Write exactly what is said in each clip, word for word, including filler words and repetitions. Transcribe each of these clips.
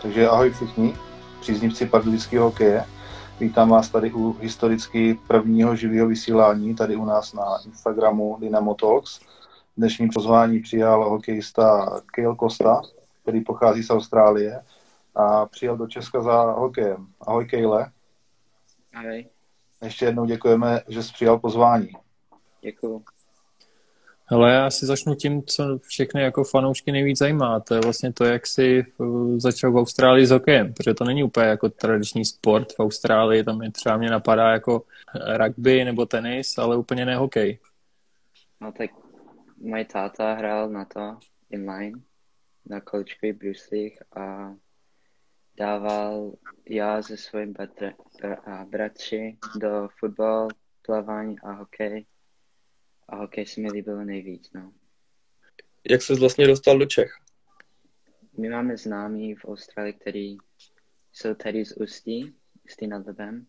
Takže ahoj všichni, příznivci pardubického hokeje. Vítám vás tady u historicky prvního živého vysílání, tady u nás na Instagramu Dynamo Talks. Dnešní pozvání přijal hokejista Cale Costa, který pochází z Austrálie a přijel do Česka za hokejem. Ahoj Cale. Ahoj. Ještě jednou děkujeme, že jsi přijal pozvání. Děkuju. Hele, já si začnu tím, co všechny jako fanoušky nejvíc zajímá. To je vlastně to, jak jsi začal v Austrálii s hokejem, protože to není úplně jako tradiční sport v Austrálii, tam je třeba mě napadá jako rugby nebo tenis, ale úplně ne hokej. No tak můj táta hrál na to inline, na kolečkový bruslích a dával já se svým bratr, br- bratři do fotbal, plavání a hokej. A hokej se mi líbilo nejvíc, no. Jak jsi vlastně dostal do Čech? My máme známí v Austrálii, který jsou tady z Ústí, Ústí nad Labem.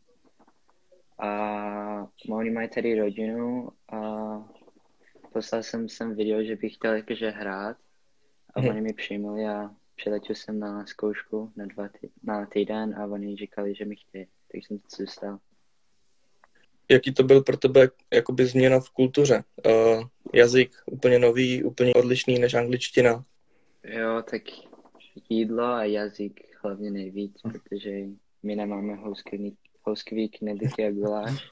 A oni mají tady rodinu a poslal jsem sem video, že bych chtěl jakože hrát. A Hmm. oni mi přijmuli a přiletěl jsem na zkoušku na, dva tý, na týden a oni říkali, že mi chtějí. Takže jsem to zůstal. Jaký to byl pro tebe jakoby změna v kultuře? Uh, jazyk úplně nový, úplně odlišný než angličtina. Jo, tak jídlo a jazyk hlavně nejvíc, protože my nemáme houskový, houskový knedlíky a guláš.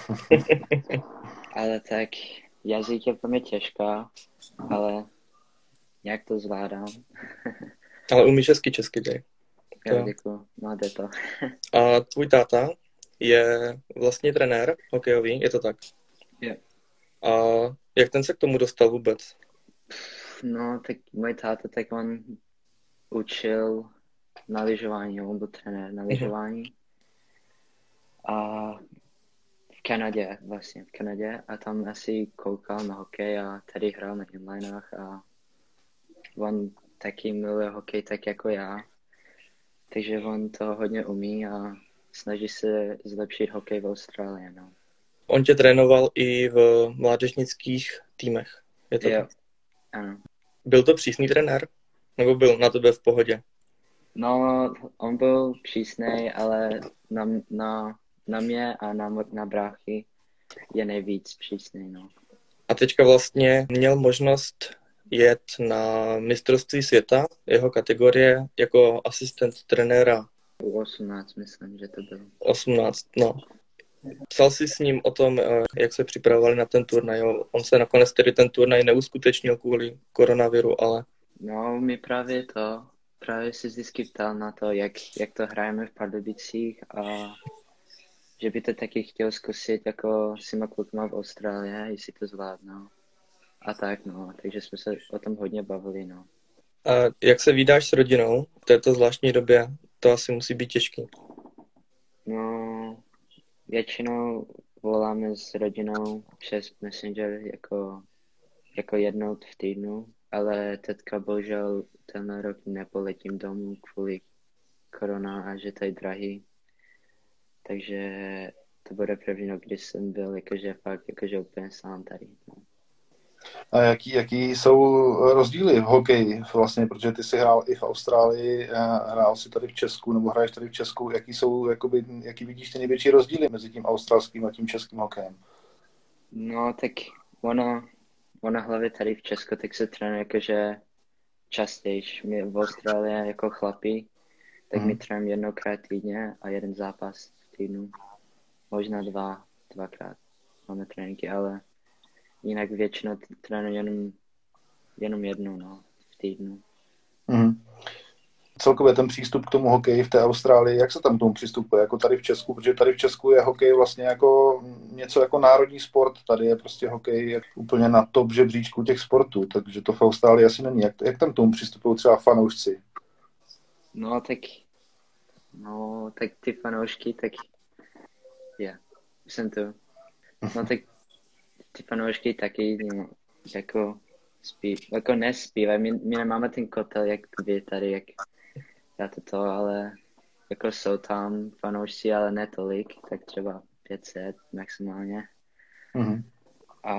Ale tak jazyk je pro mě těžká, ale nějak to zvládám. Ale umíš hezky česky, dej. Jo, Jo. děkuju, no jde to. A tvůj táta je vlastně trenér hokejový, je to tak? Jo. A jak ten se k tomu dostal vůbec? No, tak můj táta, tak on učil na lyžování, on byl trenér na lyžování. A v Kanadě, vlastně v Kanadě. A tam asi koukal na hokej a tady hrál na inlinách a on taky miluje hokej tak jako já. Takže on to hodně umí a snaží se zlepšit hokej v Austrálii, no. On tě trénoval i v mládežnických týmech, je to Jo, tak? ano. Byl to přísný trenér? Nebo byl na tebe v pohodě? No, on byl přísnej, ale na, na, na mě a na, na bráchy je nejvíc přísnej, no. A teďka vlastně měl možnost jet na mistrovství světa, jeho kategorie, jako asistent trenéra U osmnáct myslím, že to bylo. osmnáct, no. Psal jsi s ním o tom, jak se připravovali na ten turnaj. On se nakonec tedy ten turnaj neuskutečnil kvůli koronaviru, ale... No, my právě to, právě si vždycky ptal na to, jak, jak to hrajeme v Pardubicích a že by to taky chtěl zkusit jako s těma klukama v Austrálii, jestli to zvládnou. A tak, no, takže jsme se o tom hodně bavili, no. A jak se vídáš s rodinou v této zvláštní době? To asi musí být těžký. No, většinou voláme s rodinou přes Messenger jako, jako jednou v týdnu, ale teďka bohužel ten rok nepoletím domů kvůli korona a že to je drahý. Takže to bude první rok, když jsem byl jakože fakt jakože úplně sám tady. No. A jaký, jaký jsou rozdíly v hokeji vlastně, protože ty jsi hrál i v Austrálii, hrál si tady v Česku, nebo hraješ tady v Česku, jaký jsou, jakoby, jaký vidíš ty největší rozdíly mezi tím australským a tím českým hokejem? No, tak ono, ono hlavně tady v Česku, tak se trénuje jakože častějš. My v Austrálii jako chlapi, tak Hmm. my trénujeme jednokrát týdně a jeden zápas v týdnu. Možná dva, dvakrát máme tréninky, ale jinak většinou trénuji jenom, jenom jednou, no, v týdnu. Mm. Celkově ten přístup k tomu hokeji v té Austrálii, jak se tam k tomu přistupuje, jako tady v Česku, protože tady v Česku je hokej vlastně jako něco jako národní sport, tady je prostě hokej úplně na top žebříčku těch sportů, takže to v Austrálii asi není. Jak, jak tam k tomu přistupují třeba fanoušci? No, tak, no, tak ty fanoušky, tak, je, yeah, jsem tu. No, tak ty fanoušky taky, no, jako, spí, jako nespívají, my, my nemáme ten kotel, jak vy tady, jak já to to, ale jako jsou tam fanoušci, ale ne tolik, tak třeba pět set maximálně. Mm-hmm. A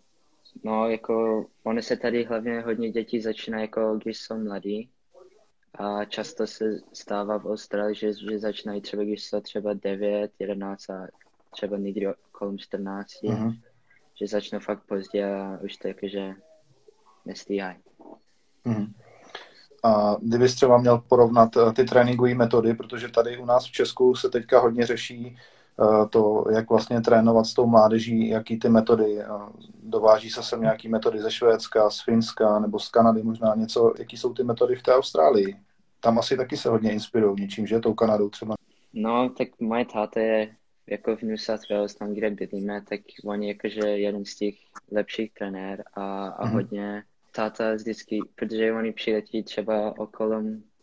no, jako, ono se tady hlavně hodně dětí začíná, jako když jsou mladí A často se stává v Austrálii, že, že začínají třeba, když jsou třeba devět, jedenáct a třeba někdy kolem čtrnáct, Mm-hmm. že začnou fakt pozdě a už to jakože nestíhají. Mm-hmm. A kdybys třeba měl porovnat ty tréninkové metody, protože tady u nás v Česku se teďka hodně řeší to, jak vlastně trénovat s tou mládeží, jaký ty metody, dováží se sem nějaký metody ze Švédska, z Finska nebo z Kanady, možná něco, jaký jsou ty metody v té Austrálii. Tam asi taky se hodně inspirují něčím, že? Tou Kanadou třeba. No, tak moje táta je jako v New South Wales, tam, kde bydlíme, tak on je jakože jeden z těch lepších trenér a, a mm-hmm. hodně táta vždycky, protože oni přiletí třeba okolo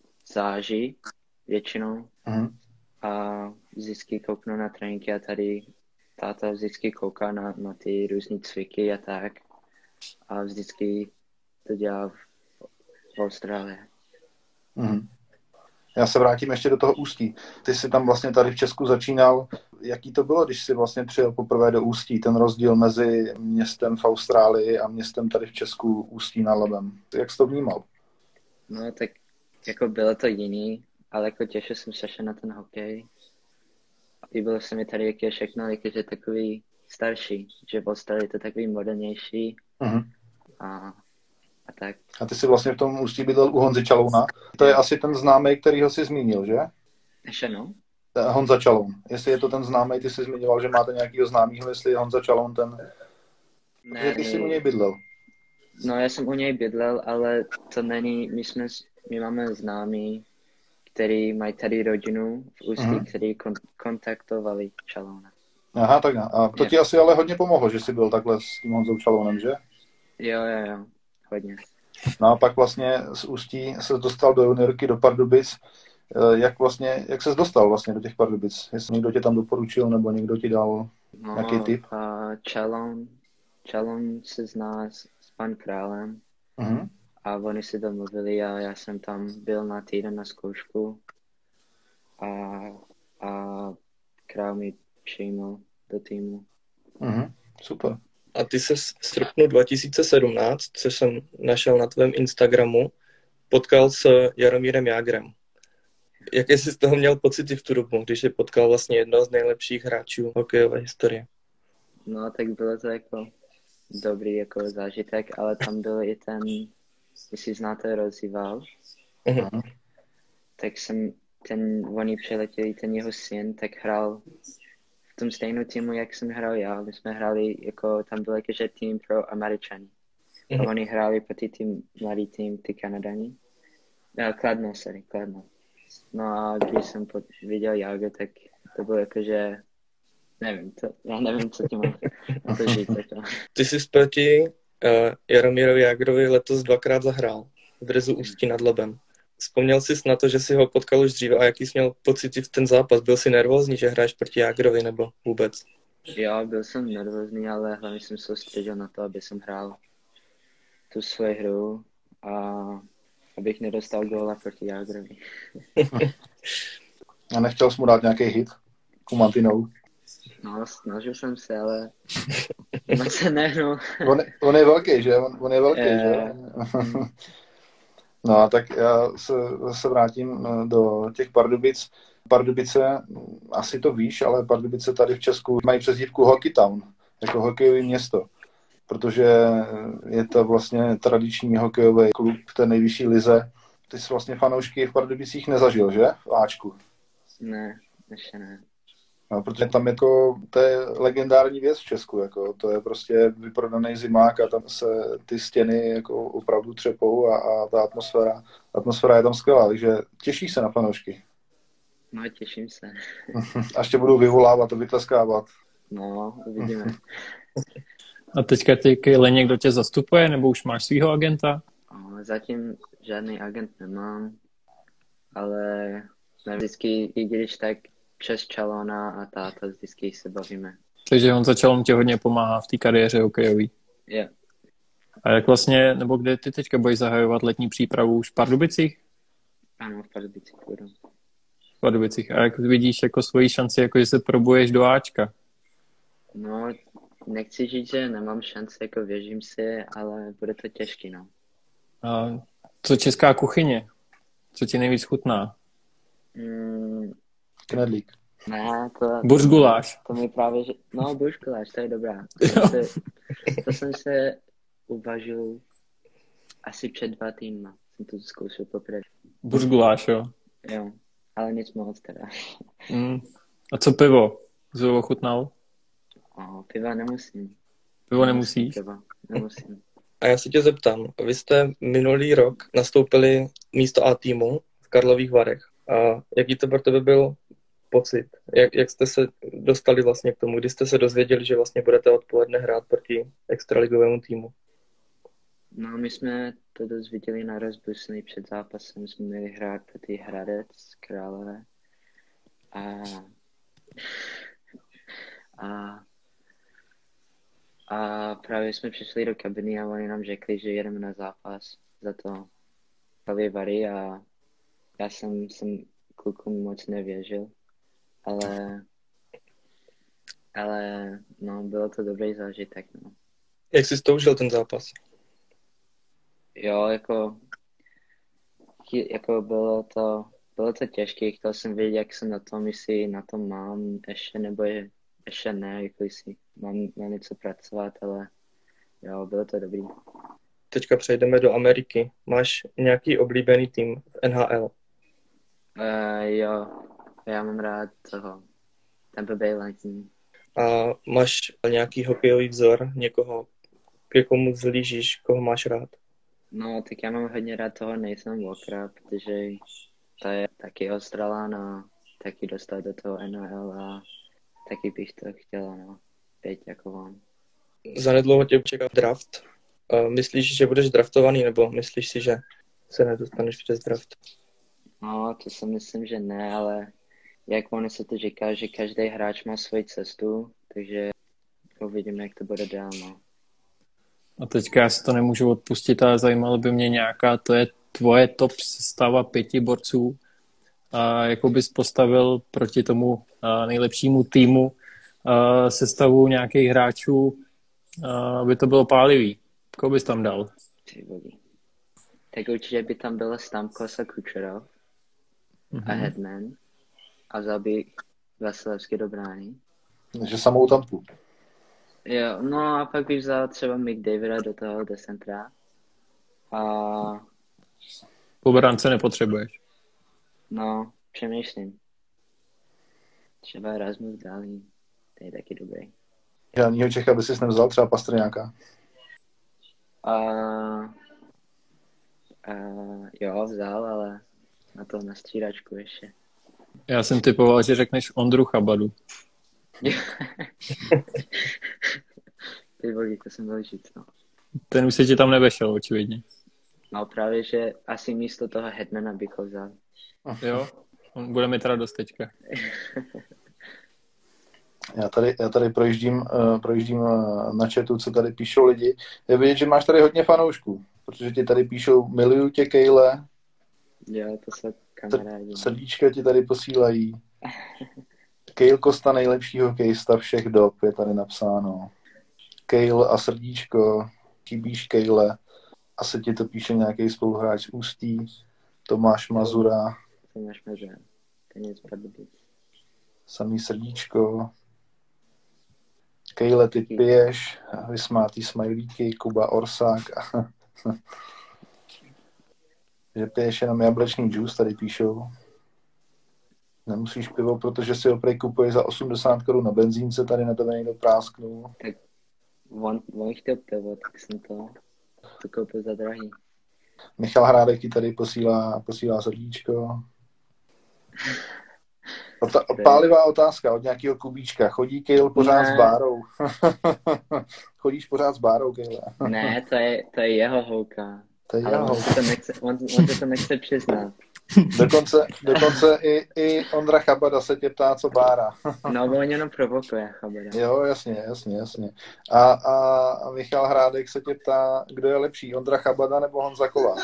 září většinou mm-hmm. a vždycky kouknou na tréninky a tady táta vždycky kouká na, na ty různý cviky a tak a vždycky to dělá v, v Austrálii. Mm-hmm. Já se vrátím ještě do toho Ústí. Ty jsi tam vlastně tady v Česku začínal. Jaký to bylo, když jsi vlastně přijel poprvé do Ústí? Ten rozdíl mezi městem v Austrálii a městem tady v Česku Ústí nad Labem. Jak jsi to vnímal? No tak jako bylo to jiný, ale jako těšil jsem se na ten hokej. Líbilo se mi tady, jak je všechno, jak je takový starší, že v Austrálii je to takový modernější. Uh-huh. A, a tak. A ty jsi vlastně v tom Ústí bydlel u Honzy Čalouna. To je asi ten známý, kterýho jsi zmínil, že? Ještě no? Honza Čaloun. Jestli je to ten známý, ty jsi zmiňoval, že máte nějakýho známýho, jestli je Honza Čaloun ten... Ne, Protože ty jsi u něj bydlel. No já jsem u něj bydlel, ale to není, my jsme, my máme známí, který mají tady rodinu v Ústí, uh-huh. který kon, kontaktovali Čalouna. Aha, tak a to ti asi ale hodně pomohlo, že jsi byl takhle s tím Honzou Čalounem, že? Jo, jo, jo, hodně. No a pak vlastně z Ústí se dostal do juniorky do Pardubic. Jak vlastně, jak ses dostal vlastně do těch Pardubic? Jestli někdo tě tam doporučil, nebo někdo ti dal no, nějaký tip? Uh, Čaloun, Čaloun se zná s, s pan Králem. Uh-huh. A oni si domluvili a já jsem tam byl na týden na zkoušku a, a Král mi přijmul do týmu. Mm-hmm, super. A ty se v srpnu dva tisíce sedmnáct, což jsem našel na tvém Instagramu, potkal s Jaromírem Jágrem. Jaké jsi z toho měl pocity v tu dobu, když je potkal vlastně jednoho z nejlepších hráčů hokejové historie? No, tak bylo to jako dobrý jako zážitek, ale tam byl i ten, jestli znáte Rozíval, uh-huh. tak jsem, ten, oni přiletěli, ten jeho syn, tak hrál v tom stejnou týmu, jak jsem hrál já. My jsme hráli, jako tam byl jakože tým pro Američany. Uh-huh. A oni hráli pro ty tým, mladý tým, ty Kanadani. No, Kladno, sorry, Kladno. No a když jsem pod, viděl Jágr, tak to bylo jakože, nevím, to, já nevím, co ti mám na to říct. Jako. Ty jsi proti uh, Jaromírovi Jágrovi letos dvakrát zahrál v dresu Ústí nad Labem. Vzpomněl jsi na to, že jsi ho potkal už dříve a jaký jsi měl pocity v ten zápas? Byl jsi nervózní, že hráš proti Jágrovi nebo vůbec? Jo, byl jsem nervózní, ale hlavně jsem se soustředil na to, aby jsem hrál tu svoji hru a abych nedostal góla proti Jágrovi. A nechtěl jsi mu dát nějaký hit kumantinou? No, snažil jsem se, ale moc se nehnul. on, on je velký, že? On, on je velký, je... že? No a tak já se, se vrátím do těch Pardubic. Pardubice, asi to víš, ale Pardubice tady v Česku mají přezdívku Hockey Town, jako hokejové město. Protože je to vlastně tradiční hokejový klub v té nejvyšší lize. Ty jsi vlastně fanoušky v Pardubicích nezažil, že? V Ačku. Ne, ještě ne. No, protože tam jako, to je legendární věc v Česku, jako, to je prostě vyprodaný zimák a tam se ty stěny jako opravdu třepou a, a ta atmosféra, atmosféra je tam skvělá, takže těšíš se na fanoušky. No, těším se. Až tě budou vyvolávat a vytleskávat. No, uvidíme. A teďka ty Kejle, někdo tě zastupuje, nebo už máš svýho agenta? No, zatím žádný agent nemám, ale nevím, vždycky, i když tak přes Čalona a táta vždycky se bavíme. Takže on začal, tě hodně pomáhá v té kariéře hokejový. Jo. Yeah. A jak vlastně, nebo kde ty teďka budeš zahajovat letní přípravu? Už v Pardubicích? Ano, v Pardubicích budu. V Pardubicích. A jak vidíš jako svoji šanci, jako že se probuješ do Ačka? No, nechci říct, že nemám šanci, jako věřím si, ale bude to těžký, no. A co česká kuchyně? Co ti nejvíc chutná? Mm, Knedlík. ne, to... Buřguláš. To mi právě, že... No, buřguláš, to je dobrá. To jsem se, to jsem se uvažil asi před dva týdny. Jsem to zkoušel poprvé. Buřguláš, jo? Jo, ale nic moc teda. Mm. A co pivo? Jsi ochutnal? O, piva nemusím. Pivo nemusíš? Piva, nemusím. A já se tě zeptám, vy jste minulý rok nastoupili místo A týmu v Karlových Varech. A jaký to pro tebe byl pocit? Jak, jak jste se dostali vlastně k tomu, kdy jste se dozvěděli, že vlastně budete odpoledne hrát proti extraligovému týmu? No, my jsme to dozvěděli na rozbusný před zápasem. Jsme měli hrát proti Hradec Králové. A... A... A právě jsme přišli do kabiny a oni nám řekli, že jedeme na zápas za to Karlovy Vary a já jsem, jsem klukům moc nevěřil, ale, ale no, bylo to dobrý zážitek, no. Jak jsi to užil ten zápas? Jo, jako, jako bylo to, bylo to těžké, chtěl jsem vědět, jak jsem na tom, jestli na tom mám ještě, nebo je, ještě ne, jako jestli mám na něco pracovat, ale jo, bylo to dobrý. Teďka přejdeme do Ameriky. Máš nějaký oblíbený tým v N H L? Uh, jo, já mám rád toho Tampa Bay Lightning. A máš nějaký hokejový vzor, někoho, k komu zlížíš, koho máš rád? No, tak já mám hodně rád toho Nathan Walkera, protože to je taky Australán a taky dostat do toho N H L a taky bych to chtěla, no, být jako on. Zanedlouho tě čeká draft. Myslíš, že budeš draftovaný, nebo myslíš si, že se nedostaneš přes draft? No, to si myslím, že ne, ale jak ono se to říká, že každý hráč má svoji cestu, takže uvidíme, jak to bude dál, no. A teďka já si to nemůžu odpustit, ale zajímalo by mě nějaká, to je tvoje top sestava pěti borců, a jako bys postavil proti tomu nejlepšímu týmu sestavu nějakých hráčů, aby to bylo pálivý. Koho bys tam dal? Ty vody. Tak určitě by tam byla Stamkos a Kucherov mm-hmm. a Hedman a vzal bych Vasilevský do brány. Takže samou tampu. Jo, no a pak bych vzal třeba McDavida do toho do centra. A... Po bránce nepotřebuješ. No, přemýšlím. Třeba Rasmus Dahlin, to je taky dobrý. Žádnýho Čecha by si nevzal, třeba Pastrňáka. A... A... Jo, vzal, ale na to na střídačku ještě. Já jsem typoval, že řekneš Ondru Chabadu. Ty vody, to jsem byl říct, no. Ten už se ti tam nevešel, očividně. No právě, že asi místo toho Hedmana bych ho vzal. Jo, on bude mít radost teďka. Já tady, já tady projíždím, uh, projíždím uh, na chatu, co tady píšou lidi. Je vidět, že máš tady hodně fanoušků, protože ti tady píšou, miluju tě, Kejle. Jo, to se kamarádi. Srdíčka ti tady posílají. Kejl Kosta, nejlepší hokejista všech dob, je tady napsáno. Kejl a srdíčko, chybíš Kejle. Asi ti to píše nějaký spoluhráč z Ústí. Tomáš Mazura. Tomáš Mazura, ten je z Pardubic. Samý srdíčko. Kejle, ty piješ. Vysmátý smajlíky, Kuba Orsák. Že piješ jenom jablečný džus, tady píšou. Nemusíš pivo, protože si ho prej kupuješ za osmdesát korun na benzínce, tady na tebe někdo prásknul. Tak on, on chtěl pivo, tak jsem to, to koupil za drahý. Michal Hrádek ti tady posílá, posílá srdíčko. Ota, pálivá otázka od nějakého Kubíčka. Chodí Kejl pořád ne. s Bárou? Chodíš pořád s Bárou, Kejle? Ne, to je, to je jeho holka. To je ale jeho on holka. to nechce, on, on to nechce přiznat. Dokonce, dokonce i, i Ondra Chabada se tě ptá, co Bára. No, bo on jenom provokuje Chabada. Jo, jasně, jasně, jasně. A, a Michal Hrádek se tě ptá, kdo je lepší, Ondra Chabada nebo Honza Kovář?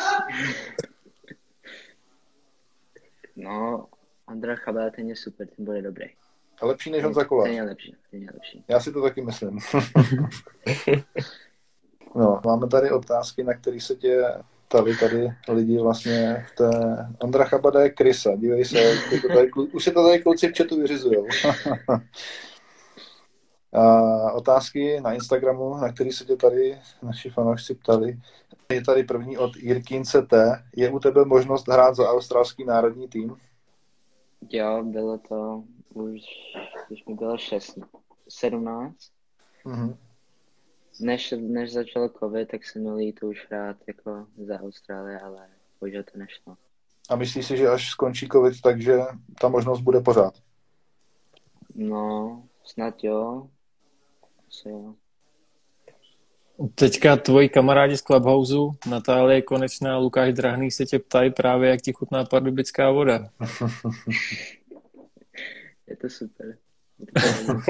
No, Ondra Chabada, ten je super, ten bude dobrý. A lepší než Honza Kovář? Ten je lepší, ten je lepší. Já si to taky myslím. No, máme tady otázky, na které se tě ptali tady lidi vlastně v té... Ondra Chabada je Krysa, dívej se, už je to tady, už je to tady kluci v chatu vyřizujou. A otázky na Instagramu, na který se tě tady naši fanoušci ptali. Je tady první od Jirkínce T. Je u tebe možnost hrát za australský národní tým? Jo, bylo to už, když mi bylo šestnáct, sedmnáct. Mm-hmm. Než, než začal covid, tak jsem měl jít už hrát jako za Austrálii, ale bohužel to nešlo. A myslíš si, že až skončí covid, takže ta možnost bude pořád? No, snad jo. Asi jo. Teďka tvoji kamarádi z Clubhouseu, Natálie Konečná a Lukáš Drahný se tě ptají právě, jak ti chutná pardubická voda. Je to super. Je to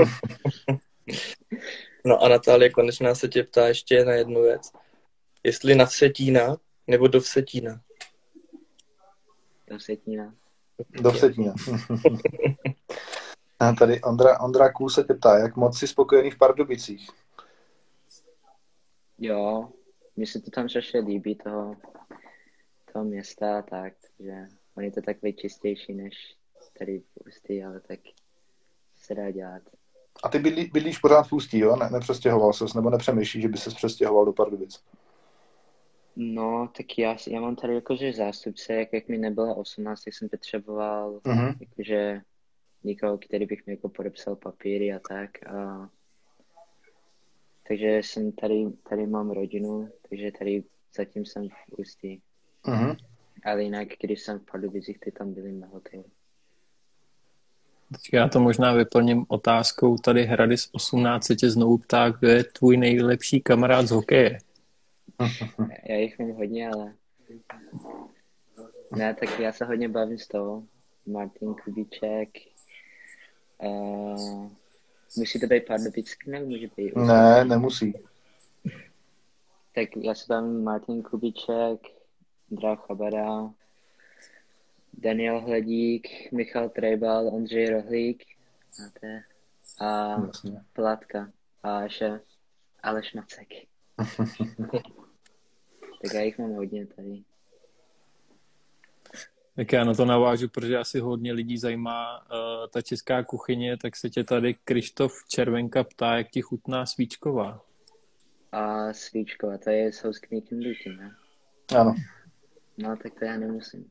No a Natálie Konečná se tě ptá ještě na jednu věc. Jestli na Vsetína nebo do Vsetína? Do Vsetína. Do Vsetína. A tady Ondra, Ondra Ků se tě ptá, jak moc jsi spokojený v Pardubicích? Jo, mně se to tam strašně líbí, toho, toho města, tak, že on je to takový čistější než tady v Ústí, ale tak se dá dělat. A ty bydlí, bydlíš pořád v Ústí, jo? Ne, nepřestěhoval ses, nebo nepřemýšlíš, že by ses přestěhoval do Pardubic? No, tak já, já mám tady jakože zástupce, jak, jak mi nebylo osmnáct, tak jsem potřeboval Mm-hmm. jakože někoho, který bych mi jako podepsal papíry a tak. A takže jsem tady, tady mám rodinu, takže tady zatím jsem v Ústí. Mm-hmm. Ale jinak, když jsem v Pardubicích, ty tam byli na hotelu. Teďka já to možná vyplním otázkou. Tady Hradis osmnáct se tě znovu ptá, kdo je tvůj nejlepší kamarád z hokeje? Já jich mám hodně, ale... Ne, tak já se hodně bavím z toho. Martin Kubíček. Uh, musí to být Pardubický, nebo může být? Ne, nemusí. Tak já se bavím Martin Kubíček, Ondra Chabada, Daniel Hledík, Michal Trejbal, Ondřej Rohlík máte, a Jasně. Plátka a ještě Aleš Macek. Tak já jich mám hodně tady. Tak já na to navážu, protože asi hodně lidí zajímá uh, ta česká kuchyně, tak se tě tady Krištof Červenka ptá, jak ti chutná svíčková. A svíčková, to je s housky Kinduty, ne? Ano. No, tak to já nemusím.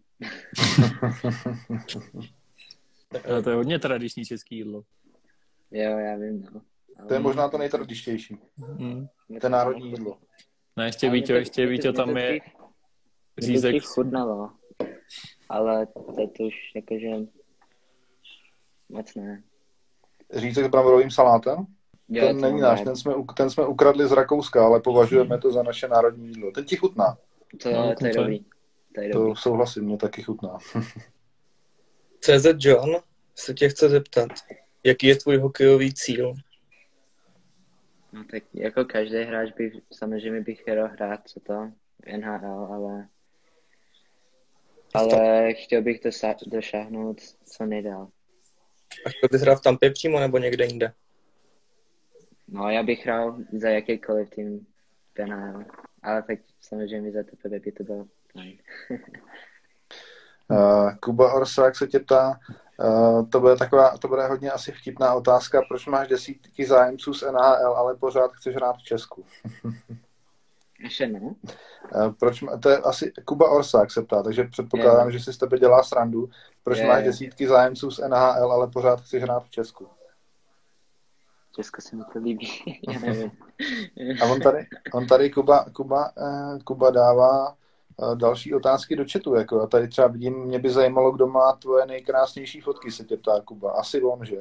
Ale to je hodně tradiční český jídlo. Jo, já vím, no. Ale To je možná to nejtradičtější. Hmm. To je národní jídlo. No ještě Ale Víťo, mě to- ještě mě to- Víťo, mě tam to je dřív- mě to řízek. dřív chutnalo, ale teď už jakože moc ne. Řízek s bramborovým salátem? Jo, Ten to není mám náš, rád. ten jsme, u- ten jsme ukradli z Rakouska, ale považujeme to za naše národní jídlo. Ten ti chutná. To, No, to je to je- dobrý. To je dobrý. To souhlasím, mě taky chutná. C Z John se tě chce zeptat, jaký je tvůj hokejový cíl? No tak jako každý hráč bych, samozřejmě bych chtěl hrát, co to, v N H L, ale ale chtěl bych to sa- došáhnout co nejdál. A chtěl bys hrát v Tampě přímo nebo někde jinde? No já bych hrál za jakýkoliv tým v N H L, ale tak samozřejmě za T P B by to bylo fajn. Uh, Kuba Orsák se tě ptá, uh, to bude taková, to bude hodně asi vtipná otázka, proč máš desítky zájemců z N H L, ale pořád chceš hrát v Česku? Ještě ne? Uh, proč, má- to je asi Kuba Orsák se ptá, takže předpokládám, Jo. že si z tebe dělá srandu. Proč Jo, máš jo. desítky zájemců z N H L, ale pořád chceš hrát v Česku? Česko se mi to líbí, já nevím. A on tady, on tady Kuba, Kuba, uh, Kuba dává uh, další otázky do chatu. Jako. A tady třeba vidím, mě by zajímalo, kdo má tvoje nejkrásnější fotky, se tě ptá Kuba. Asi on, že?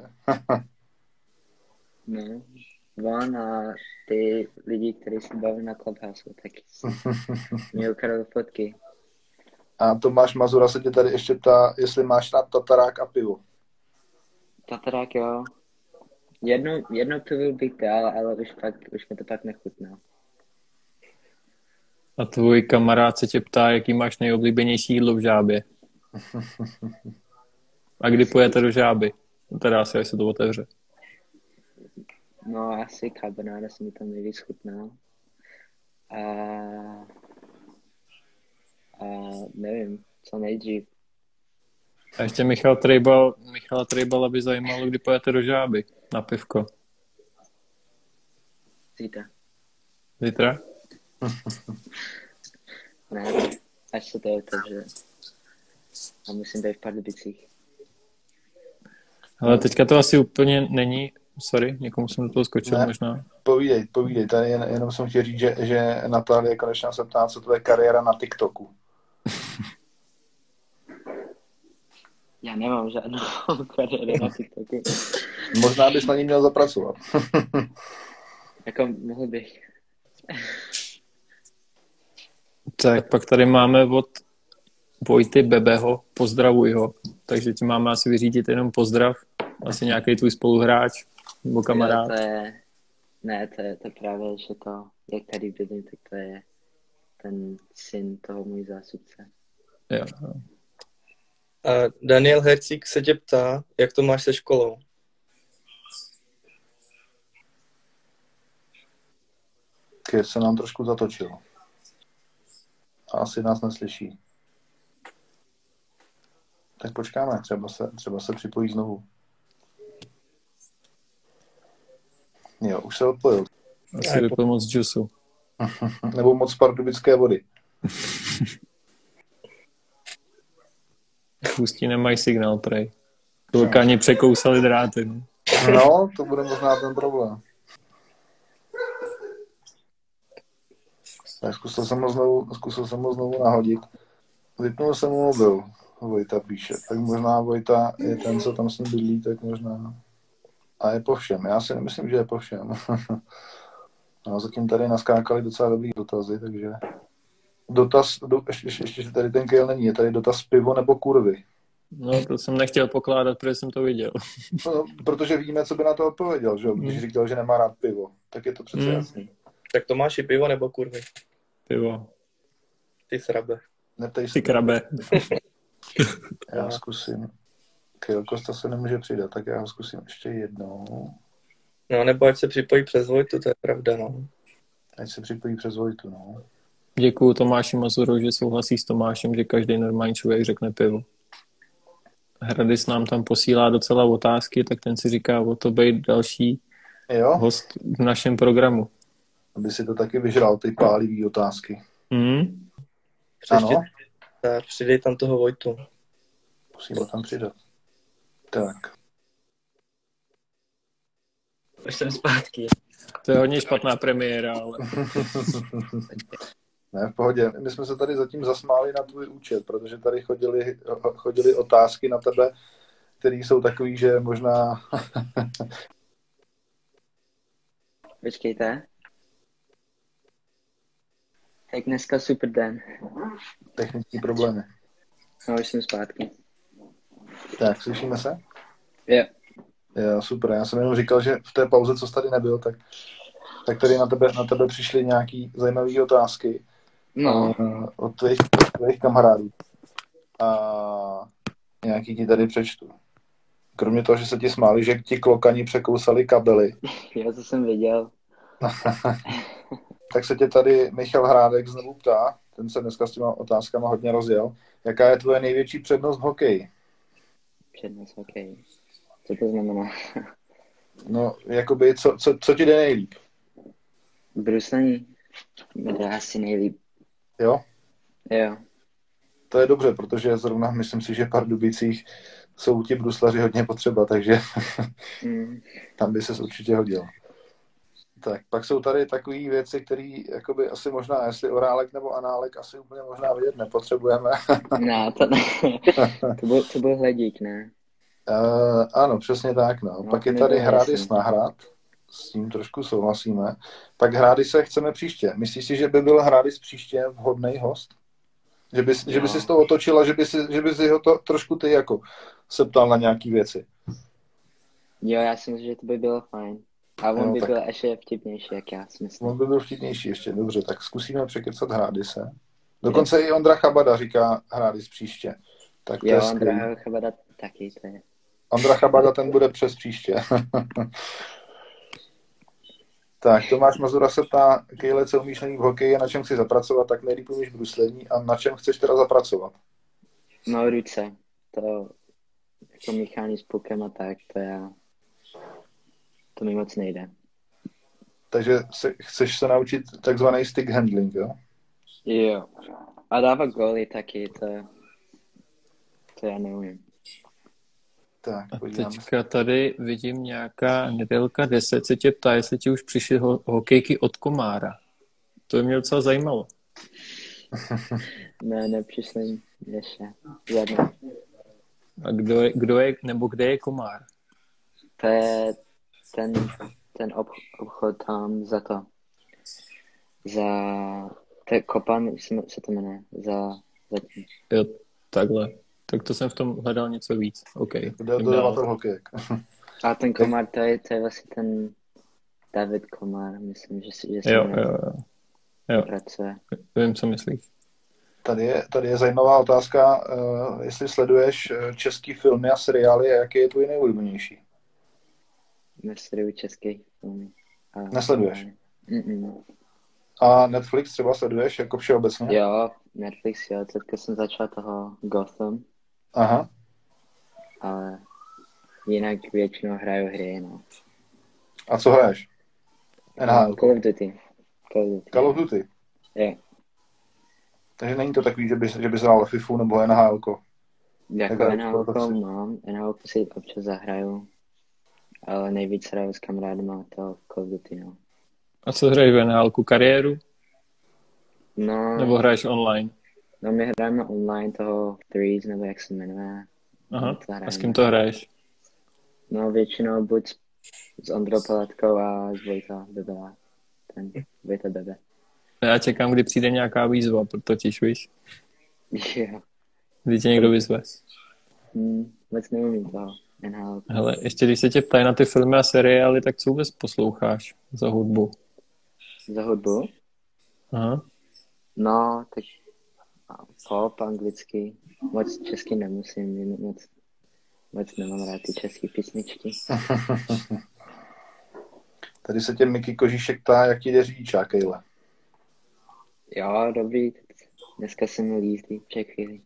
No, on a ty lidi, kteří se baví na Clubhouse, tak mě ukradl fotky. A Tomáš Mazura se tě tady ještě ptá, jestli máš rád tatarák a pivo. Tatarák, jo. Jedno, jedno pivo bych dal, ale už, pak, už mi to pak nechutná. A tvůj kamarád se tě ptá, jaký máš nejoblíbenější jídlo v Žábě. A kdy pojete do Žáby? Teda asi, až se to otevře. No, asi carbonara se mi tam nejvíc chutná. A A nevím, co nejdřív. A ještě Michal Trejbal, Michala Trejbala by zajímalo, kdy pojete do Žáby na pivko. Zítra. Zítra? Ne, až se to otevře. A musím být v Pardubicích. Ale teďka to asi úplně není, sorry, někomu jsem do toho skočil Ne. možná. Povídej, povídej, tady jen, jenom jsem chtěl říct, že, že Natálie konečně se ptá, co to je kariéra na TikToku. Já nemám žádnou kariéru na TikToku. Možná bys na ní měl zapracovat. Jako mohl bych. Tak pak tady máme od Vojty Bebeho, pozdravuj ho. Takže ti máme asi vyřídit jenom pozdrav. Asi nějaký tvůj spoluhráč nebo kamarád. Jo, to je, ne, to je to právě, že to, jak tady bydlím, tak to je ten syn toho můj zástupce. Jo. A Daniel Hercík se tě ptá, jak to máš se školou. Když se nám trošku zatočil. A asi nás neslyší. Tak počkáme, třeba se, třeba se připojí znovu. Jo, už se odpojil. Asi vypil moc džusu. Nebo moc pardubické vody. Pustí nemají signál, prej. Vulkáni překousali dráty. No. No, to bude možná ten problém. Tak zkusil jsem ho znovu, zkusil jsem ho znovu nahodit. Vypnul jsem mu mobil, Vojta píše. Tak možná Vojta je ten, co tam s ním bydlí, tak možná... A je po všem. Já si nemyslím, že je po všem. No, zatím tady naskákali docela dobrý dotazy, takže... Dotaz, do, ještě, ještě, ještě tady ten kejl není, je tady dotaz pivo nebo kurvy. No, to jsem nechtěl pokládat, protože jsem to viděl. No, protože víme, co by na to odpověděl, že jo? Když říkal, že nemá rád pivo, tak je to přece Hmm. jasný. Tak to máš i pivo nebo kurvy? Pivo. Ty srabe. Neptej se. Ty krabe. Já zkusím. Kejl Kosta se nemůže přidat, tak já ho zkusím ještě jednou. No, nebo ať se připojí přes Vojtu, to je pravda, no. Ať se připojí přes Vojtu, no. Děkuju Tomáši Mazurou, že souhlasí s Tomášem, že každý normální člověk řekne pivo. Hradis nám tam posílá docela otázky, tak ten si říká o to být další Jo, host v našem programu. aby si to taky vyžral, ty pálivý otázky. Hmm? Ano, Přeště, tak, přidej tam toho Vojtu. musím ho tam přidat. Tak. Už jsem zpátky. To je hodně špatná premiéra, ale... Ne, v pohodě. My jsme se tady zatím zasmáli na tvůj účet, protože tady chodili, chodili otázky na tebe, které jsou takový, že možná... Počkejte. Tak dneska super den. Technické problémy. No, už jsem zpátky. Tak, slyšíme se? Jo. Jo, super. Já jsem jenom říkal, že v té pauze, co jsi tady nebyl, tak, tak tady na tebe, na tebe přišly nějaký zajímavé otázky No. uh, od tvých, tvých kamarádů. A nějaký ti tady přečtu. Kromě toho, že se ti smáli, že ti klokani překousali kabely, Já to jsem viděl. tak se tě tady Michal Hrádek znovu ptá, ten se dneska s těma otázkama hodně rozjel. Jaká je tvoje největší přednost v hokeji? Přednost, ok. Co to znamená? No, jakoby, co, co, co ti jde nejlíp? Bruslení mi jde asi nejlíp. Jo? Jo. To je dobře, protože zrovna myslím si, že v Pardubicích jsou ti bruslaři hodně potřeba, takže Mm. tam by ses určitě hodil. Tak, pak jsou tady takové věci, které jakoby asi možná, jestli orálek nebo análek, asi úplně možná vědět nepotřebujeme. No, to ne. to, byl, to byl hledík, ne? Uh, ano, přesně tak. No. No, Pak to je mi tady bylo Hrádis jasný. na hrad, s tím trošku souhlasíme. Tak Hrádise chceme příště. Myslíš si, že by byl Hrádis příště vhodný host? Že by, že by No. si z toho otočila, že by si, že by si ho to trošku ty jako se ptal na nějaký věci. Jo, já si myslím, že to by bylo fajn. A on Jo, by tak- byl ještě vtipnější, jak já si myslím. On by byl vtipnější ještě, dobře, tak zkusíme překecat Hrádise. Dokonce i Ondra Chabada říká Hrádis příště. Tak to Jo, je skvělý. Ondra Chabada taky, to je. Ondra Chabada, ten bude přes příště. Tak, Tomáš Mazura se ptá, Kejle, co umíš nejlíp v hokeji a na čem chci zapracovat, tak nejlíp umíš bruslení a na čem chceš teda zapracovat? No ruce, to jako míchání s pukem a tak, to já, to mi moc nejde. Takže se, chceš se naučit takzvaný stick handling, jo? Jo. A dávat góly taky, to, to já neumím. Tak, A podívám. teďka tady vidím nějaká Nedelka deset se tě ptá, jestli ti už přišly ho- hokejky od Komára. To by mě docela zajímalo. Ne, nepřišli ještě. Žádné. A kdo je, kdo je nebo kde je Komár? To je ten, ten ob, obchod tam za to. Za... To je Kopan, se to jmenuje. Za... za tím. Jo, takhle. Tak to jsem v tom hledal něco víc. OK. Kdo jdem dodavatel dál. hokejek. A ten Komár, to je, to je vlastně ten David Komár, myslím, že si, že si Jo, jmenuje. jo, jo. Jo, Pracuje. vím, co myslíš. Tady je, tady je zajímavá otázka, uh, jestli sleduješ uh, český filmy a seriály a jaký je tvůj nejoblíbenější? Nesleduju český filmy. A- Nesleduješ? Mm-mm. A Netflix třeba sleduješ jako všeobecně? Jo, Netflix, jo, teďka jsem začal toho Gotham, Aha. ale jinak většinou hraju hry, no. A co hraješ? N H L. Call of Duty. Call of Duty. Call of Duty. Jo, Takže není to takový, že bys, že bys hrál FIFU nebo N H L. jako Jaká je N H L sportovci? mám, N H L si občas zahraju, ale nejvíc hraju s kamarádama to Call of Duty, no. A co hraješ v N H L? Kariéru? No, Nebo hraješ online? no my hrajeme online toho Threes, nebo jak se jmenuje. Aha. To hrajeme. A s kým to hraješ? No většinou buď s, s Ondrou Palatkou a s Vojta Bebela. Ten Vojta Bebe. Já čekám, kdy přijde nějaká výzva, totiž víš, Jo. kdy tě někdo vyzve. Hmm, moc neumím toho. N H L. Hele, ještě když se tě ptají na ty filmy a seriály, tak co vůbec posloucháš za hudbu? Za hudbu? Aha. No, tak pop, anglicky. Moc česky nemusím, moc, moc nemám rád ty české písničky. Tady se tě Miky Kožíšek ptá, jak ti jde řidičák, Kejle. Jo, dobrý. Dneska jsem měl jízdy před chvíli.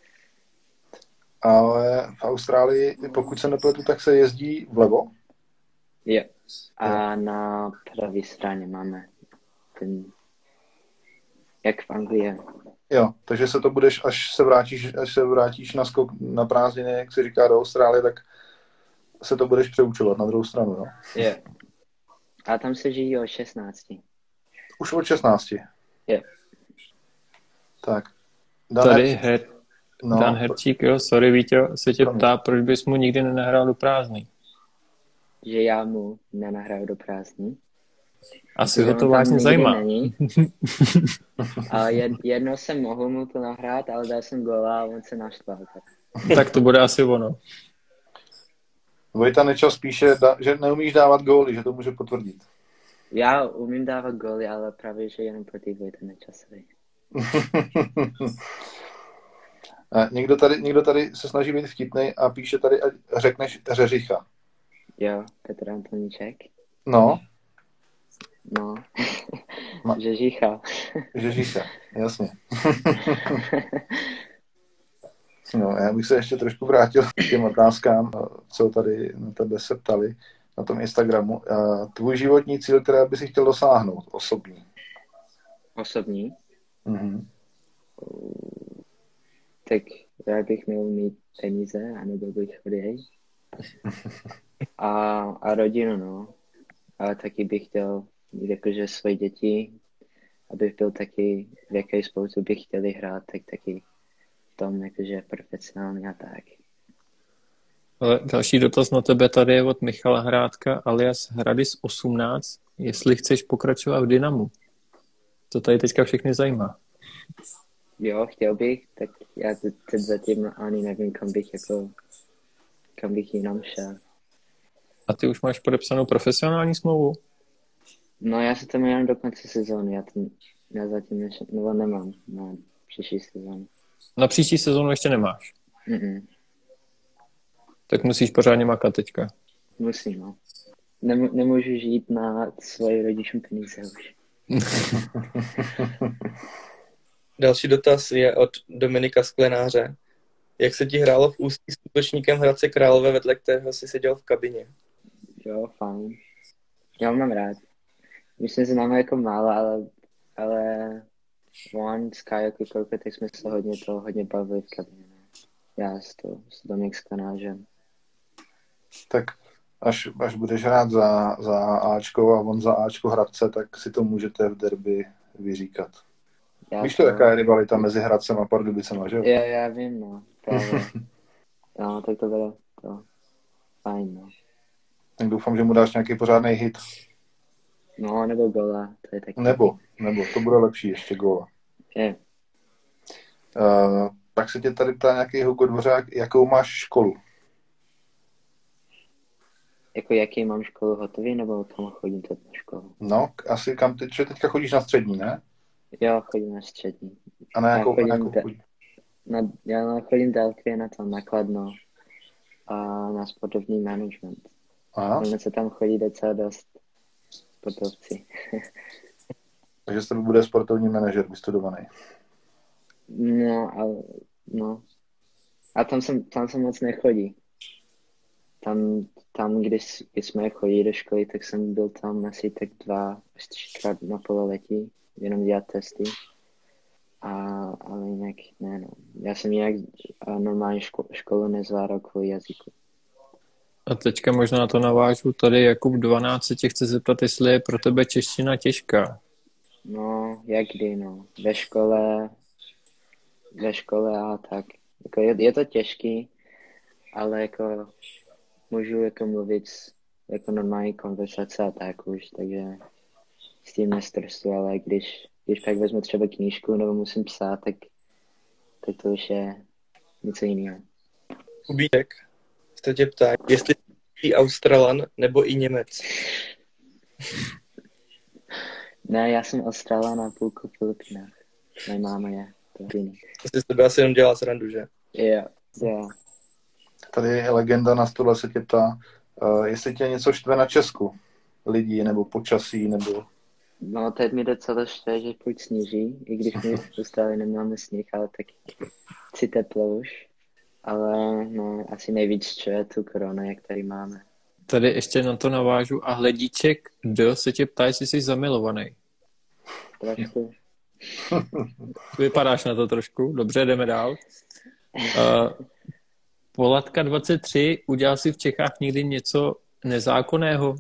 Ale v Austrálii, pokud se nepletu, tak se jezdí vlevo? Jo. A na pravé straně máme ten, jak v Anglii. Jo, takže se to budeš, až se vrátíš, až se vrátíš na skok na prázdniny, jak se říká, do Austrálie, tak se to budeš přeučovat na druhou stranu, no? Jo. A tam se žijí o šestnácti. Už od šestnácti. Jo. Tak. Dan Tady Her- her, no, Dan Herčík, jo, sorry Vítě, se tě Promiň. ptá, proč bys mu nikdy nenahrál do prázdný. Že já mu nenahraju do prázdní. Asi Že ho on to tam vážně nikdy zajímá. není. A jed, jednou jsem mohl mu to nahrát, ale dal jsem góla a on se naštval. Tak. Tak to bude asi ono. Vojta Nečas píše, da, že neumíš dávat góly, že to může potvrdit. Já umím dávat góly, ale právě, že jenom proti Vojta Nečasovi. A někdo, tady, někdo tady se snaží být vtipnej a píše tady, ať řekneš Řeřicha. Jo, Petr Antoníček. No, No, Ma- že žicha. Řeřicha, jasně. No, já bych se ještě trošku vrátil k těm otázkám, co tady na tebe se ptali na tom Instagramu. A tvůj životní cíl, který by si chtěl dosáhnout, osobní. Osobní. Mhm. Tak já bych měl mít peníze a nebyl bych chudej. A, a rodinu, no. Ale taky bych chtěl mít jakože svoje děti, abych byl taky, v jaké sportu bych chtěli hrát, tak taky v tom jakože profesionálně a tak. Ale další dotaz na tebe tady je od Michala Hrádka alias Hradis osmnáct. Jestli chceš pokračovat v Dynamu. To tady teďka všechny zajímá. Jo, chtěl bych, tak já teď teď zatím ani nevím, kam bych jako, kam bych jinam šel. A ty už máš podepsanou profesionální smlouvu? No já se tam jenom do konce sezóny, já, ten, já zatím neš, nebo nemám na příští sezónu. Na příští sezónu ještě nemáš. Mm-mm. Tak musíš pořádně makat teďka. Musím, no. nemů- nemůžu žít na svoje rodičům peníze už. Další dotaz je od Dominika Sklenáře. Jak se ti hrálo v Ústí s útočníkem Hradce Králové, vedle kterého jsi seděl v kabině? Jo, fajn. Já ho mám rád. My jsme se známe jako málo, ale, ale on s Kajo Kukolko, tak jsme se hodně to hodně bavili v kabině. Já s, to, s Dominik Sklenářem. Tak až, až budeš hrát za, za Ačko a on za Ačko Hradce, tak si to můžete v derby vyříkat. Já Víš to, jaká je rivalita mezi Hradcem a Pardubicema, že jo? Já, já vím, no. Právě. No, tak to bude to fajn, no. Tak doufám, že mu dáš nějaký pořádný hit. No, nebo gola, to je taky. Nebo, nebo, to bude lepší ještě góla. Je. Uh, tak se tě tady ptá nějaký Hugo Dvořák, jakou máš školu? Jako jaký mám školu hotový, nebo kam chodím teď na školu? No, asi kam ty, že teďka chodíš na střední, ne? Jo, chodím na střední. A na jakou, Já chodím na jakou te- chodíš? Na, já chodím dálkově na to nakladno a na sportovní management. Aha, Ono se tam chodí docela dost sportovci. takže z tebe bude sportovní manažer vystudovaný. No, ale, no. A tam jsem, tam jsem moc nechodí. Tam, tam když, když jsme chodili do školy, tak jsem byl tam asi tak dva až třikrát na pololetí, jenom dělat testy. A, ale jinak ne, no. Já jsem jinak normální ško, školu nezvládal kvůli jazyku. A teďka možná na to navážu. Tady Jakub dvanáct se tě chce zeptat, jestli je pro tebe čeština těžká. No, jak kdy, no. Ve škole, ve škole a tak. Jako je, je to těžký, ale jako můžu jako mluvit jako normální konverzace a tak už, takže s tím nestresu, ale když, když pak vezmu třeba knížku nebo musím psát, tak, tak to už je něco jiného. Kubíček se tě ptá, jestli jsi Australan nebo i Němec. Ne, já jsem Australan a půlku v Filipínách. Moje máma je Filipíny. To si z tebe asi jenom dělá srandu, že? Jo, jo. Tady je legenda na stole se tě ptá, uh, jestli tě něco štve na Česku. Lidí, nebo počasí, nebo... No, teď mi docela štve, že půjď sněží, i když my stále nemáme sněh, ale tak chci teplo už. Ale no, asi nejvíc štve tu korona, jak tady máme. Tady ještě na to navážu. A Hledíček D se tě ptá, jestli jsi zamilovaný. Trošku. Vypadáš na to trošku. Dobře, jdeme dál. Uh, Polatka dvacet tři, udělal jsi v Čechách někdy něco nezákonného?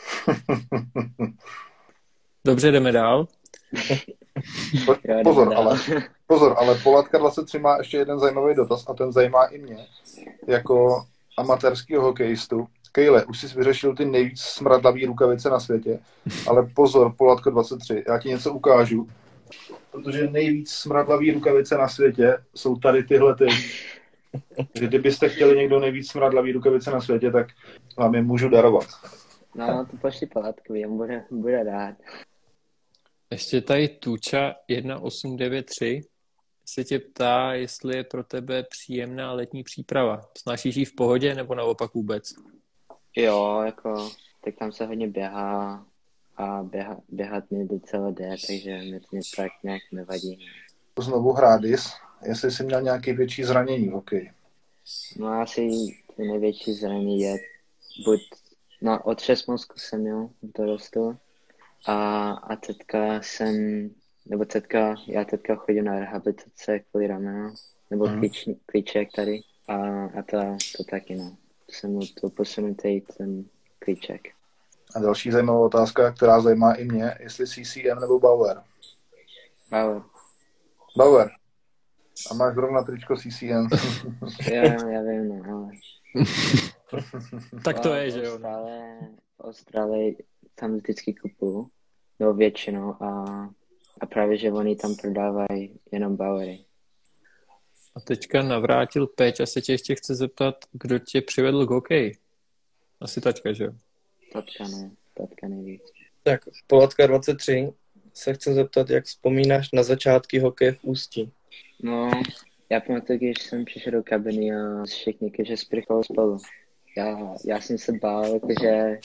Dobře, jdeme dál. Po, Jo, pozor, jdeme ale, dál. pozor, ale Polatka dvacet tři má ještě jeden zajímavý dotaz a ten zajímá i mě. Jako amatérského hokejistu. Kejle, už jsi vyřešil ty nejvíc smradlavý rukavice na světě, ale pozor, Polatko dvacet tři, já ti něco ukážu. Protože nejvíc smradlavý rukavice na světě jsou tady tyhle ty. Že kdybyste chtěli někdo nejvíc smradlavý rukavice na světě, tak vám je můžu darovat. No, to pošli Polatkovi, on bude, bude rád. Ještě tady Tuča jedna osm devět tři se tě ptá, jestli je pro tebe příjemná letní příprava. Snášíš ji v pohodě nebo naopak vůbec? Jo, jako, tak tam se hodně běhá a běha, běhat mi docela jde, takže mi to tak nějak nevadí. Znovu Hrádis, jestli jsi měl nějaké větší zranění v hokeji. No asi to největší zranění je buď, no otřes mozku jsem měl v dorostu a, a teďka jsem, nebo teďka, já teďka chodím na rehabilitace kvůli ramenu, nebo Mhm. klíč, klíček tady a, a to, to taky no. Jsem mu to posunutý ten klíček. A další zajímavá otázka, která zajímá i mě, jestli C C M nebo Bauer. Bauer. Bauer. A máš zrovna tričko C C M. Jo, já vím, no, ale... Tak to je, v že jo. Austrálii, v Austrálii tam vždycky kupuju, no většinou a, a právě, že oni tam prodávají jenom Bauery. A teďka navrátil Péč a se tě ještě chce zeptat, kdo tě přivedl k hokeji. Asi taťka, že jo? Tatka ne, tatka nejvíc. Tak, Polatka dvacet tři se chce zeptat, jak vzpomínáš na začátky hokeje v Ústí. No, já pamatuju, když jsem přišel do kabiny a všichni, že sprchali spolu. Já, já jsem se bál, že,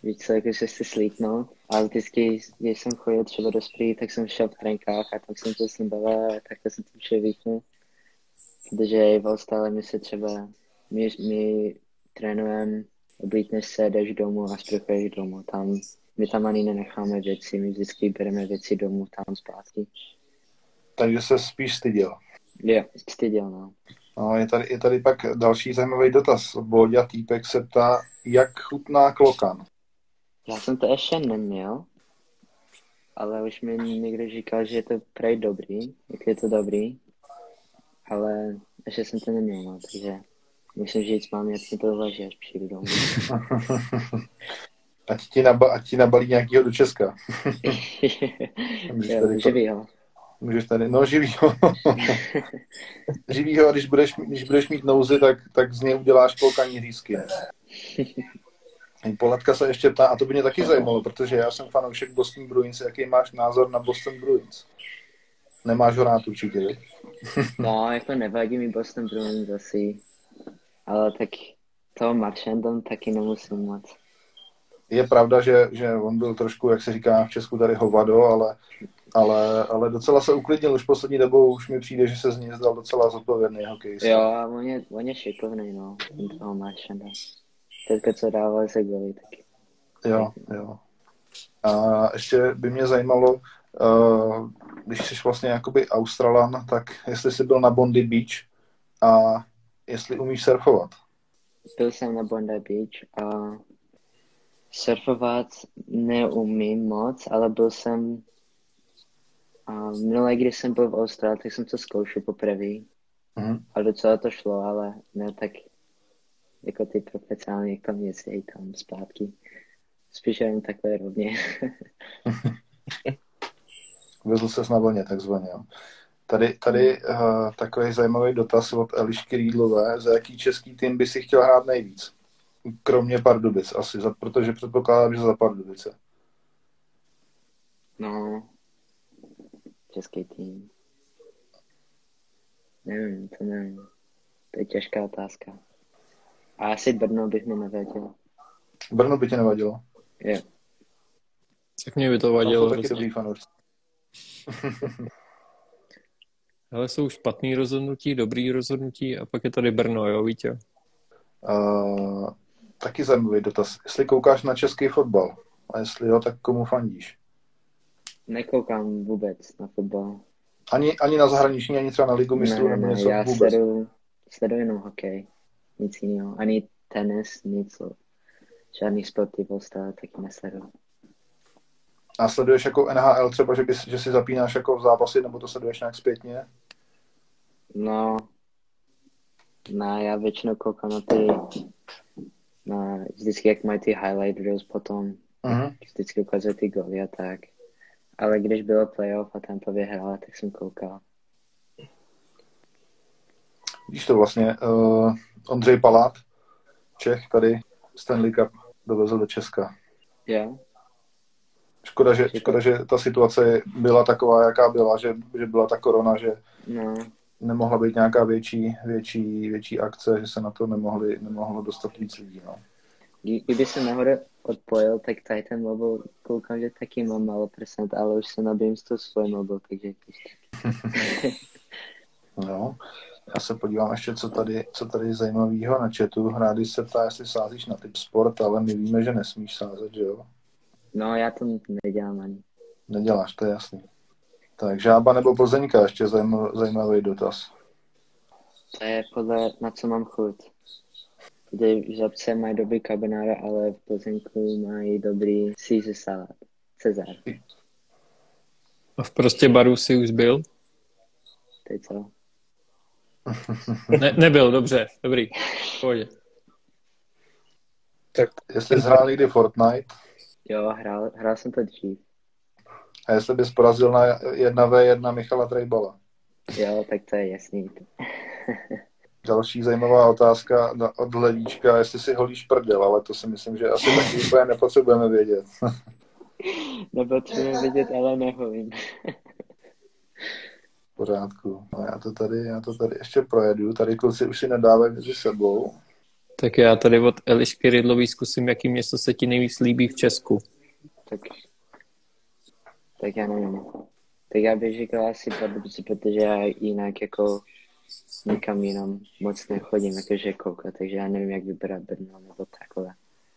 víš co, jakože si slíknout. A vždycky, když jsem chodil třeba do sprý, tak jsem šel v trenkách a tam jsem to s ním bavil a takhle jsem to vše vyknul. Protože v Austrálii my se třeba, my, my trénujeme, oblítneš se, jdeš domů a sprchuješ domů. Tam, my tam ani nenecháme věci, my vždycky bereme věci domů tam zpátky. Takže se spíš styděl. Jo, styděl, no. No, je tady, je tady pak další zajímavý dotaz. Boďa týpek se ptá, jak chutná klokan? Já jsem to ještě neměl, ale už mi někdo říkal, že je to prej dobrý, jak je to dobrý, ale ještě jsem to neměl, no, takže musím říct, mám, jak mi to uvaží, až přijdu domů. Ať ti, naba, ať ti nabalí nějakýho do Česka. Jo, živýho. Můžeš tady, no živýho. Živýho, a když budeš, když budeš mít nouzy, tak, tak z něj uděláš klokaní řízky. Poladka se ještě ptá, a to by mě taky zajímalo, protože já jsem fanoušek Boston Bruins. Jaký máš názor na Boston Bruins? Nemáš ho rád určitě, ne? No, jako nevadí mi Boston Bruins asi, ale tak toho Marchandom taky nemusím moc. Je pravda, že, že on byl trošku, jak se říká v Česku, tady hovado, ale, ale, ale docela se uklidnil už poslední dobou, už mi přijde, že se z něj zdal docela zodpovědný hokejista. Jo, a on je, on je šikovný, no, toho Marchanda. Teďka, co dával se goly, taky. Jo, jo. A ještě by mě zajímalo, uh, když jsi vlastně jakoby Australan, tak jestli jsi byl na Bondi Beach a jestli umíš surfovat. Byl jsem na Bondi Beach a surfovat neumím moc, ale byl jsem a minulé, když jsem byl v Austrálii, tak jsem to zkoušel poprvé. Mm-hmm. A docela to šlo, ale ne tak jako ty profesionální, jak tam jezdí tam zpátky. Spíš jen takové rovně. Vezl ses na vlně, takzvaně. Tady, tady uh, takový zajímavý dotaz od Elišky Rýdlové. Za jaký český tým by si chtěl hrát nejvíc? Kromě Pardubic asi, za, protože předpokládám, že za Pardubice. No, český tým. Nevím, to nevím. To je těžká otázka. A asi Brno bych mi nevadilo. Brno by tě nevadilo? Jo. Tak mě by to vadilo. To taky dobrý fanoušci. Ale jsou špatný rozhodnutí, dobrý rozhodnutí a pak je tady Brno, jo, Vítě? Uh, taky zajímavý dotaz. Jestli koukáš na český fotbal a jestli jo, tak komu fandíš? Nekoukám vůbec na fotbal. Ani, ani na zahraniční, ani třeba na ligu mistrů? Ne, nebo ne, něco já vůbec? sleduju, sleduju jenom hokej. Nic jiného. Ani tenis, nic. Žádný sporty v Austrálii taky nesleduju. A sleduješ jako N H L třeba, že, bys, že si zapínáš jako v zápasy, nebo to sleduješ nějak zpětně? No, no, já většinou koukám na ty, na, vždycky jak mají ty highlight reels potom, uh-huh. Vždycky ukazují ty goly a tak. Ale když bylo playoff a Tampa vyhrála, tak jsem koukal. Víš to vlastně, uh, Ondřej Palát, Čech, tady Stanley Cup dovezl do Česka. Jo. Yeah. Škoda, že, škoda, že ta situace byla taková, jaká byla, že, že byla ta korona, že no. Nemohla být nějaká větší, větší, větší akce, že se na to nemohli, nemohlo dostat víc lidí. No. Kdyby se nahoře odpojil, tak tady ten mobil koukám, že taky mám málo procent, ale už se nabijím z toho svůj mobil, takže no, já se podívám ještě, co tady, co tady je zajímavého na chatu. Rádi se ptá, jestli sázíš na typ sport, ale my víme, že nesmíš sázet, že jo? No, já to nedělám ani. Neděláš, to je jasný. Tak Žába nebo Plzeňka, ještě zajímavý dotaz. To je podle, na co mám chuť. Kde v Žabce mají dobrý carbonara, ale v Plzeňku mají dobrý Caesar salát. Cezar. A v Prostě baru si už byl? Teď co? Ne, nebyl, dobře, dobrý. Pohodě. Tak jestli jsi hrál někdy Fortnite? Jo, hrál, hrál jsem to dřív. A jestli bys porazil na jedna vé jedna Michala Trejbala? Jo, tak to je jasný. Další zajímavá otázka od Ledíčka, jestli si holíš prdel, ale to si myslím, že asi taky úplně nepotřebujeme vědět. Nepotřebujeme vědět, ale neholím. V pořádku. No já to tady, já to tady ještě projedu. Tady kluci už si nedávají mezi sebou. Tak já tady od Elišky Rydlový zkusím, jaký město se ti nejvíc líbí v Česku. Tak, tak já nevím. Tak já bych říkal asi Pardubice, protože já jinak jako nikam jinam moc nechodím, jakože koukat, takže já nevím, jak vybrat Brno nebo takhle.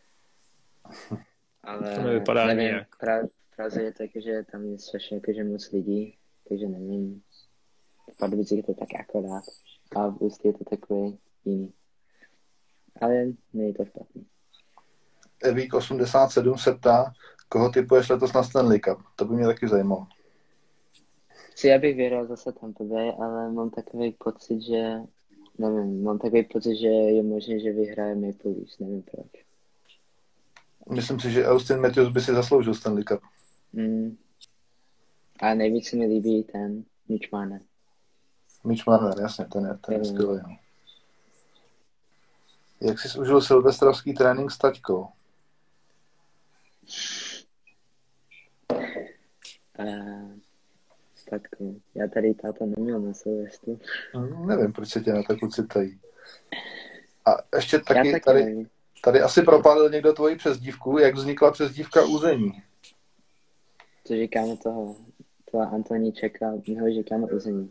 Ale To nevypadá nevím, nějak. pra, Praze je tak, že tam je strašně jakože moc lidí, takže nevím. V Pardubicích je to tak akorát a v Ústí je to takový jiný. Ale není to špatný. Evík osmdesát sedm se ptá, koho typuješ letos na Stanley Cup? To by mě taky zajímalo. Si já bych věděl zase Tampa Bay, ale mám takový pocit, že nevím, mám takový pocit, že je možné, že vyhraje Maple Leafs, nevím proč. Myslím si, že Austin Matthews by si zasloužil Stanley Cup. Mm. A nejvíc se mi líbí ten Mitch Marner. Mitch Marner, jasně, ten je, ten je Mm. skvělý. No. Jak jsi užil silvestrovský trénink s taťkou? Uh, statku. Já tady táta neměl na Silvestru. Hmm, nevím, proč se tě na to kluci ptají. A ještě Já taky taky tady, nevím. tady asi propálil někdo tvoji přezdívku. Jak vznikla přezdívka Území? Co říkáme toho, toho Antoníčeka, my ho říkáme Uzení.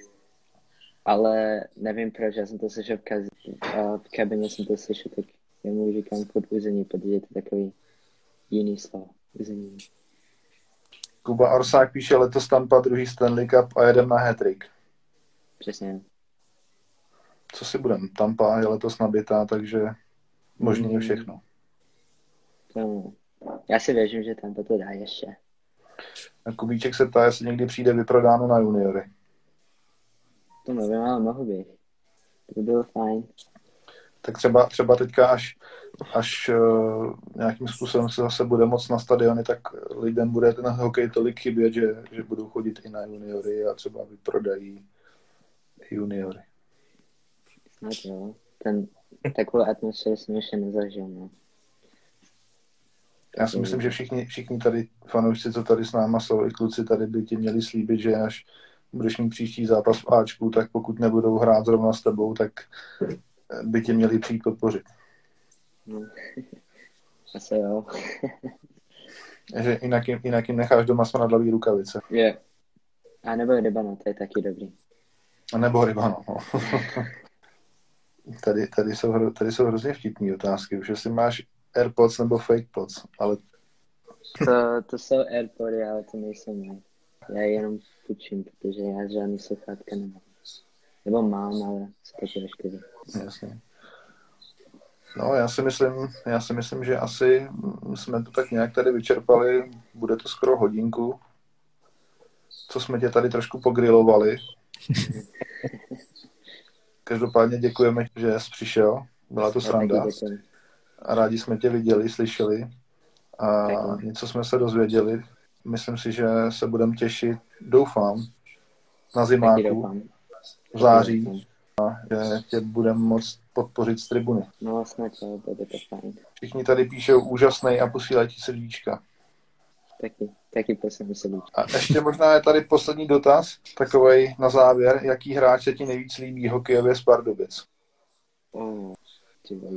Ale nevím proč, já jsem to slyšel v, kaz, uh, v kabině, jsem to slyšel, tak já mu říkám pod Uzení, protože je to takový jiný slovo. Uzení. Kuba Orsák píše, letos Tampa druhý Stanley Cup a jedem na hat-trick. Přesně. Co si budem? Tampa je letos nabitá, takže možný je všechno. To, já si věřím, že tam to dá ještě. A Kubíček se ptá, jestli někdy přijde vyprodáno na juniory. To nevím, ale mohu být. To by bylo fajn. Tak třeba, třeba teďka, až, až uh, nějakým způsobem se zase bude moc na stadiony, tak lidem bude ten hokej tolik chybět, že, že budou chodit i na juniory a třeba vyprodají juniory. Snad jo. Ten, takovou atmosféru jsem ještě nezažil, no. Já si myslím, že všichni, všichni tady fanoušci, co tady s náma jsou, i kluci tady by ti měli slíbit, že až budeš mít příští zápas v Ačku, tak pokud nebudou hrát zrovna s tebou, tak by tě měli přijít podpořit. no. Asi jo. Že jinak jim, jinak jim necháš doma smradlavý rukavice. Je. A nebo rybano, to je taky dobrý. A nebo rybano. No. tady, tady, jsou, hro- tady jsou hrozně vtipný otázky. Už jestli máš AirPods nebo fake pods, ale To, to jsou AirPody, ale to nejsou moje. Já je jenom půjčím, protože já žádný sluchátka nemám. Nebo mám, ale jsou taky ošklivý. jasně. No, já si myslím, já si myslím, že asi jsme to tak nějak tady vyčerpali. Bude to skoro hodinku, co jsme tě tady trošku pogrilovali. Každopádně děkujeme, že jsi přišel. Byla to sranda. A rádi jsme tě viděli, slyšeli. A něco jsme se dozvěděli. Myslím si, že se budeme těšit, doufám, na zimáku v září. A že tě budeme moct podpořit z tribuny. No snad jo, bude to fajn. Všichni tady píšou úžasnej a posílají ti srdíčka. Taky, taky poslední se líčí. A ještě možná je tady poslední dotaz, takovej na závěr. Jaký hráč se ti nejvíc líbí hokejově z Pardubic? Oh, ty vole.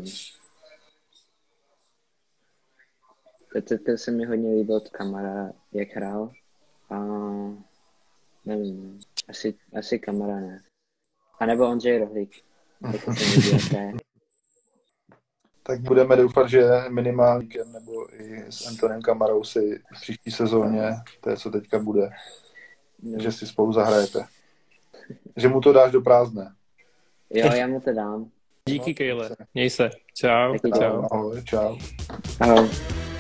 To, to, to se mi hodně líbil od Kamara, jak hrál. A nevím, asi, asi Kamara ne. A nebo Ondřej Rohlík. Tak to se mi líbí, jaká je. Tak budeme doufat, že minimálně nebo i s Antonem Kamarou si v příští sezóně, to je co teďka bude, No. že si spolu zahrajete. Že mu to dáš do prázdné. Jo, já mu to dám. Díky, Kejle. Měj se. Čau. Taky Čau. čau. Ahoj, čau. Ahoj.